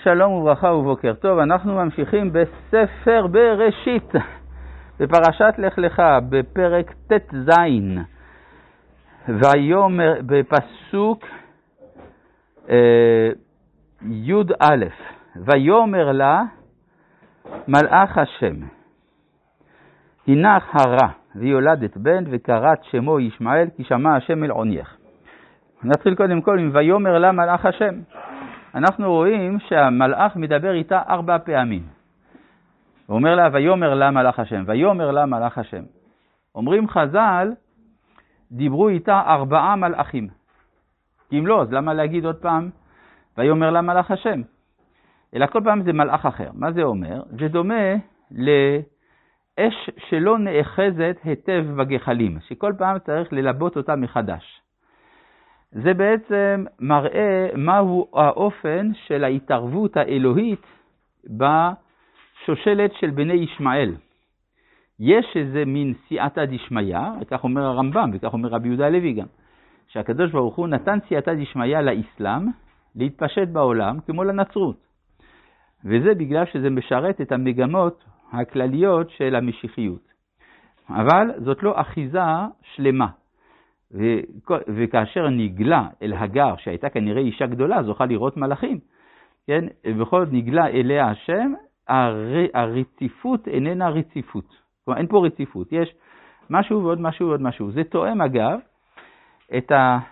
שלום וברכה ובוקר טוב, אנחנו ממשיכים בספר בראשית, בפרשת לך לך, בפרק ט"ז, ויאמר בפסוק י"א, ויאמר לה מלאך השם, הנך הרה ויולדת בן וקראת שמו ישמעאל כי שמע השם אל עונייך. נתחיל קודם כל עם ויאמר לה מלאך השם. אנחנו רואים שהמלאך מדבר איתה 4 פעמים. הוא אומר לה ויאמר לה מלאך השם, ויאמר לה מלאך השם. אומרים חז"ל, דיברו איתה 4 מלאכים. כי אם לא, אז למה להגיד עוד פעם ויאמר לה מלאך השם? אלא כל פעם זה מלאך אחר. מה זה אומר? זה דומה לאש שלא נאחזת היטב בגחלים, שכל פעם צריך ללבות אותה מחדש. זה בעצם מראה מהו האופן של ההתערבות האלוהית בשושלת של בני ישמעאל. יש איזה מין סייעתא דשמיא, וכך אומר הרמב"ם, וכך אומר רבי יהודה הלוי גם, שהקדוש ברוך הוא נתן סייעתא דשמיא לאסלאם להתפשט בעולם כמו לנצרות. וזה בגלל שזה משרת את המגמות הכלליות של המשיחיות. אבל זאת לא אחיזה שלמה. וכאשר נגלה אל הגר, שהייתה כנראה אישה גדולה, זוכה לראות מלאכים, כן? בכל זאת נגלה אליה השם, הרציפות איננה רציפות. כלומר, אין פה רציפות, יש משהו ועוד משהו ועוד משהו. זה תואם אגב את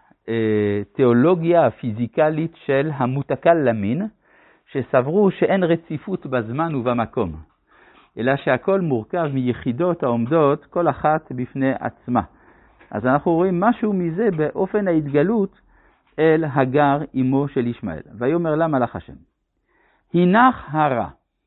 התיאולוגיה הפיזיקלית של המותקלמין, שסברו שאין רציפות בזמן ובמקום, אלא שהכל מורכב מיחידות העומדות כל אחת בפני עצמה. אז אנחנו רואים משהו מזה באופן ההתגלות אל הגר אמו של ישמעאל. ויאמר לה מלאך השם, הנך הרה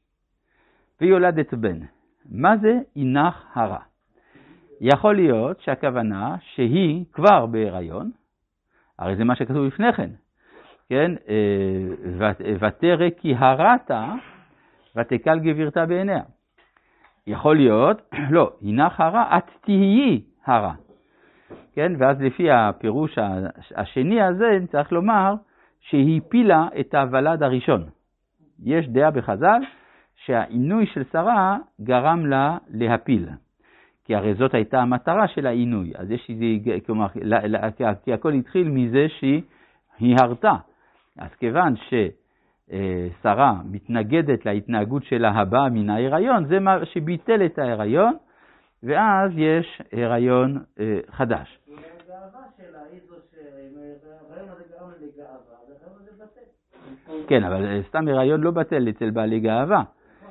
ויולדת בן. מה זה הנך הרה? יכול להיות שהכוונה שהיא כבר בהיריון, הרי זה מה שכתוב לפני כן, כן? ותרא כי הרתה ותקל גבירתה בעיניה. יכול להיות, לא, הנך הרה, את תהיי הרה. כן? ואז לפי הפירוש השני הזה צריך לומר שהיא הפילה את הוולד הראשון. יש דעה בחז"ל שהעינוי של שרה גרם לה להפיל. כי הרי זאת הייתה המטרה של העינוי. אז יש איזה, כלומר, כי הכל התחיל מזה שהיא הרתה. אז כיוון ששרה מתנגדת להתנהגות שלה הבאה מן ההיריון, זה מה שביטל את ההיריון, ואז יש הריון חדש. הגאווה שלה היא זו שהרעיון הזה גרם לגאווה, והרעיון הזה בטל. כן, אבל סתם הריון לא בטל אצל בעלי גאווה.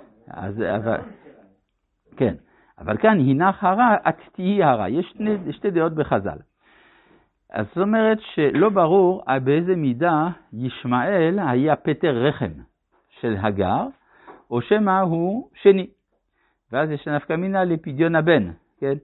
כן, אבל כאן הנך הרה, את תהיי הרה. יש שתי דעות בחז"ל. אז זאת אומרת שלא ברור באיזה מידה ישמעאל היה פטר רחם של הגר, או שמה הוא שני. ואז יש נפקא מינה לפדיון הבן, כן?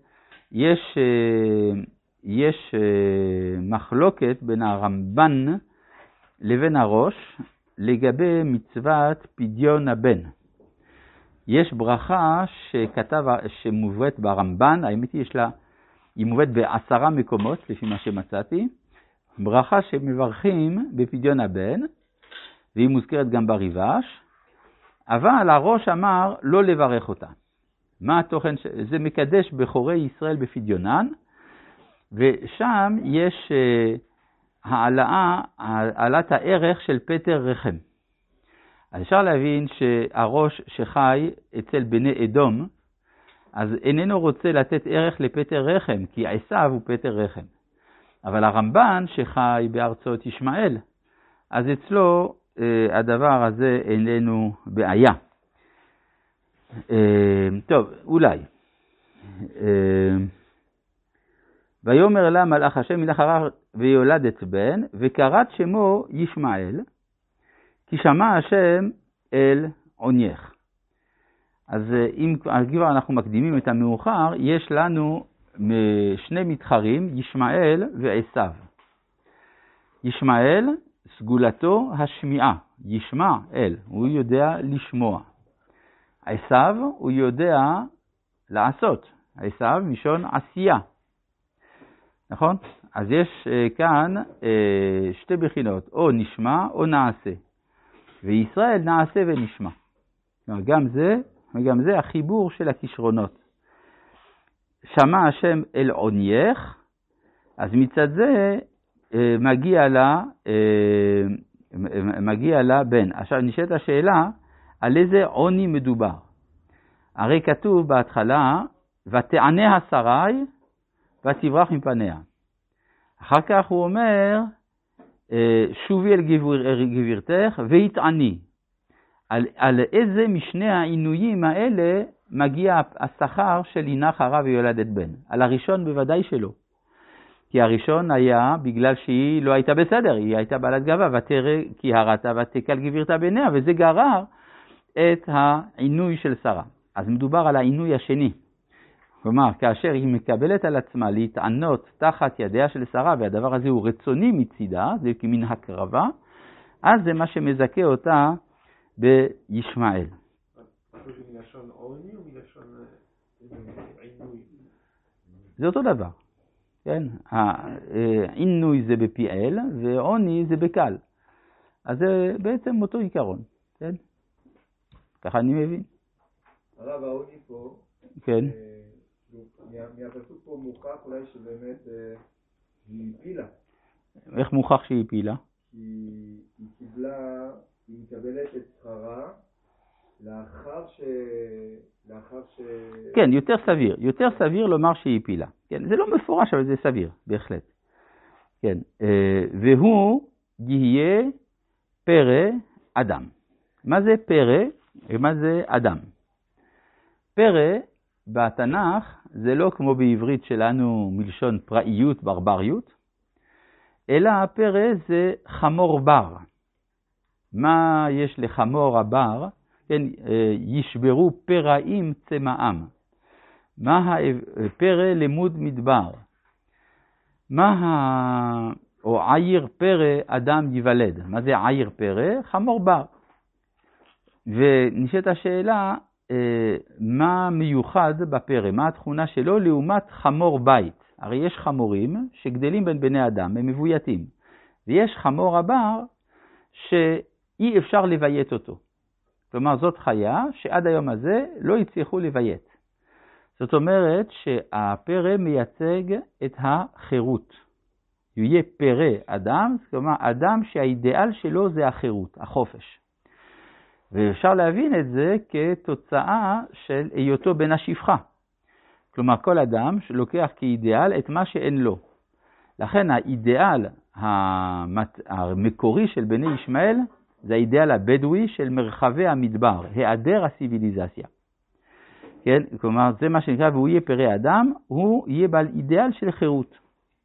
יש מחלוקת בין הרמב"ן לבין הראש לגבי מצוות פדיון הבן. יש ברכה שמובאת ברמב"ן, האמת היא מובאת ב10 מקומות לפי מה שמצאתי, ברכה שמברכים בפדיון הבן, והיא מוזכרת גם בריבש, אבל הראש אמר לא לברך אותה. מה התוכן? זה מקדש בחורי ישראל בפדיונן, ושם יש העלאת הערך של פטר רחם. אז אפשר להבין שהראש שחי אצל בני אדום, אז איננו רוצה לתת ערך לפטר רחם, כי עשיו הוא פטר רחם. אבל הרמב"ן שחי בארצות ישמעאל, אז אצלו הדבר הזה איננו בעיה. טוב, אולי. ויאמר לה מלאך השם הנך הרה ויולדת בן, וקראת שמו ישמעאל, כי שמע השם אל עונייך. אז אם כבר אנחנו מקדימים את המאוחר, יש לנו 2 מתחרים, ישמעאל ועשיו. ישמעאל, סגולתו השמיעה, ישמע אל, הוא יודע לשמוע. עשיו הוא יודע לעשות, עשיו משון עשייה. נכון? אז יש כאן 2 בחינות, או נשמע או נעשה. וישראל נעשה ונשמע. גם זה החיבור של הכישרונות. שמע השם אל עונייך, אז מצד זה מגיע לה בן. עכשיו נשאלת השאלה, על איזה עוני מדובר? הרי כתוב בהתחלה, ותענה השרי ותברח מפניה. אחר כך הוא אומר, שובי אל גבירתך והתעני. על איזה משני העינויים האלה מגיע השכר של לינה חרה ויולדת בן? על הראשון בוודאי שלא. כי הראשון היה בגלל שהיא לא הייתה בסדר, היא הייתה בעלת גאווה, ותרא כי הרתה ותקל גבירתה בעיניה, וזה גרר את העינוי של שרה. אז מדובר על העינוי השני. כלומר, כאשר היא מקבלת על עצמה להתענות תחת ידיה של שרה, והדבר הזה הוא רצוני מצידה, זה כמין הקרבה, אז זה מה שמזכה אותה בישמעאל. זה מלשון עוני או מלשון עינוי? זה אותו דבר. כן? העינוי זה בפיעל, ועוני זה בקל. אז זה בעצם אותו עיקרון. כן? ככה אני מבין. הרב, העוני פה, כן. מהפסוק פה מוכח אולי שבאמת היא הפילה. איך מוכח שהיא הפילה? היא מקבלת את שכרה לאחר ש... כן, יותר סביר לומר שהיא הפילה. כן, זה לא מפורש, אבל זה סביר, בהחלט. כן, והוא יהיה פרא אדם. מה זה פרא ומה זה אדם? פרא בתנ"ך זה לא כמו בעברית שלנו מלשון פראיות, ברבריות, אלא פרא זה חמור בר. מה יש לחמור הבר? כן, ישברו פראים צמאם. מה פרא למוד מדבר? או עיר פרא אדם יוולד. מה זה עיר פרא? חמור בר. ונשאלת השאלה, מה מיוחד בפרא? מה התכונה שלו לעומת חמור בית? הרי יש חמורים שגדלים בין בני אדם, הם מבויתים. ויש חמור הבר שאי אפשר לביית אותו. כלומר, זאת חיה שעד היום הזה לא הצליחו לביית. זאת אומרת שהפרא מייצג את החירות. יהיה פרא אדם, כלומר אדם שהאידאל שלו זה החירות, החופש. ואפשר להבין את זה כתוצאה של היותו בן השפחה. כלומר, כל אדם שלוקח כאידאל את מה שאין לו. לכן האידאל המקורי של בני ישמעאל זה האידאל הבדואי של מרחבי המדבר, היעדר הסיביליזציה. כן? כלומר, זה מה שנקרא, והוא יהיה פרא אדם, הוא יהיה בעל אידאל של חירות.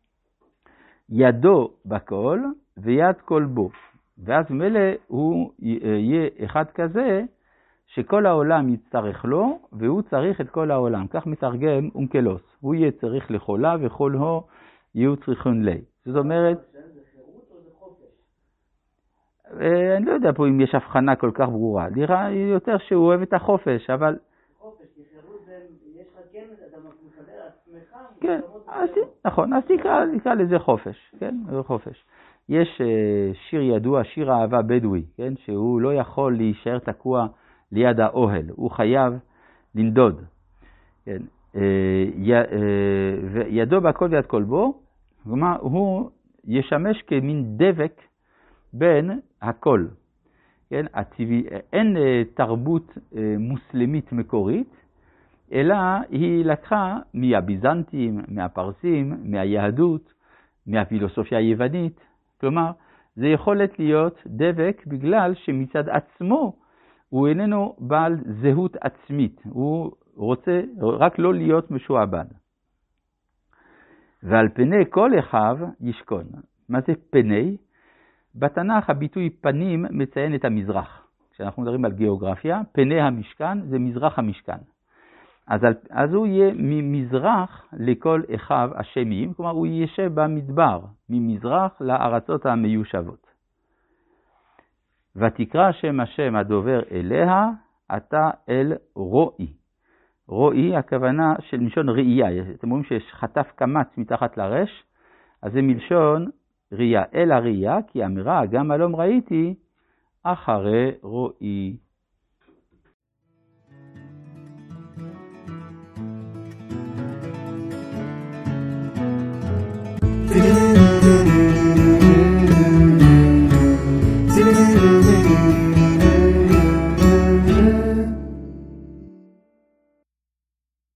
ידו בכל ויד כל בו. ואז מלא הוא יהיה אחד כזה שכל העולם יצטרך לו, והוא צריך את כל העולם. כך מתרגם אונקלוס. הוא יהיה צריך לכולה וכל הו יהיו צריכים לי. זאת אומרת, זה חירות או זה חופש? אני לא יודע פה אם יש הבחנה כל כך ברורה. נראה יותר שהוא אוהב את החופש, אבל... חופש, כי חירות זה, יש לך כן, אתה מקבל עצמך. כן, נכון, אז תקרא לזה חופש. כן, זה חופש. יש שיר ידוע, שיר אהבה בדואי, כן? שהוא לא יכול להישאר תקוע ליד האוהל, הוא חייב לנדוד. כן? ידו בכל ויד כל בו, כלומר, הוא ישמש כמין דבק בין הכל. כן? אין תרבות מוסלמית מקורית, אלא היא לקחה מהביזנטים, מהפרסים, מהיהדות, מהפילוסופיה היוונית. כלומר, זה יכולת להיות דבק בגלל שמצד עצמו הוא איננו בעל זהות עצמית. הוא רוצה רק לא להיות משועבד. ועל פני כל אחיו ישכון. מה זה פני? בתנ"ך הביטוי פנים מציין את המזרח. כשאנחנו מדברים על גיאוגרפיה, פני המשכן זה מזרח המשכן. אז הוא יהיה ממזרח לכל אחיו השמיים, כלומר הוא ישב במדבר, ממזרח לארצות המיושבות. ותקרא שם השם הדובר אליה, אתה אל רואי. רואי הכוונה של מלשון ראייה. אתם רואים שיש חטף קמץ מתחת לרש, אז זה מלשון ראייה. אל הראייה, כי אמירה גם הלום ראיתי, אחרי רועי.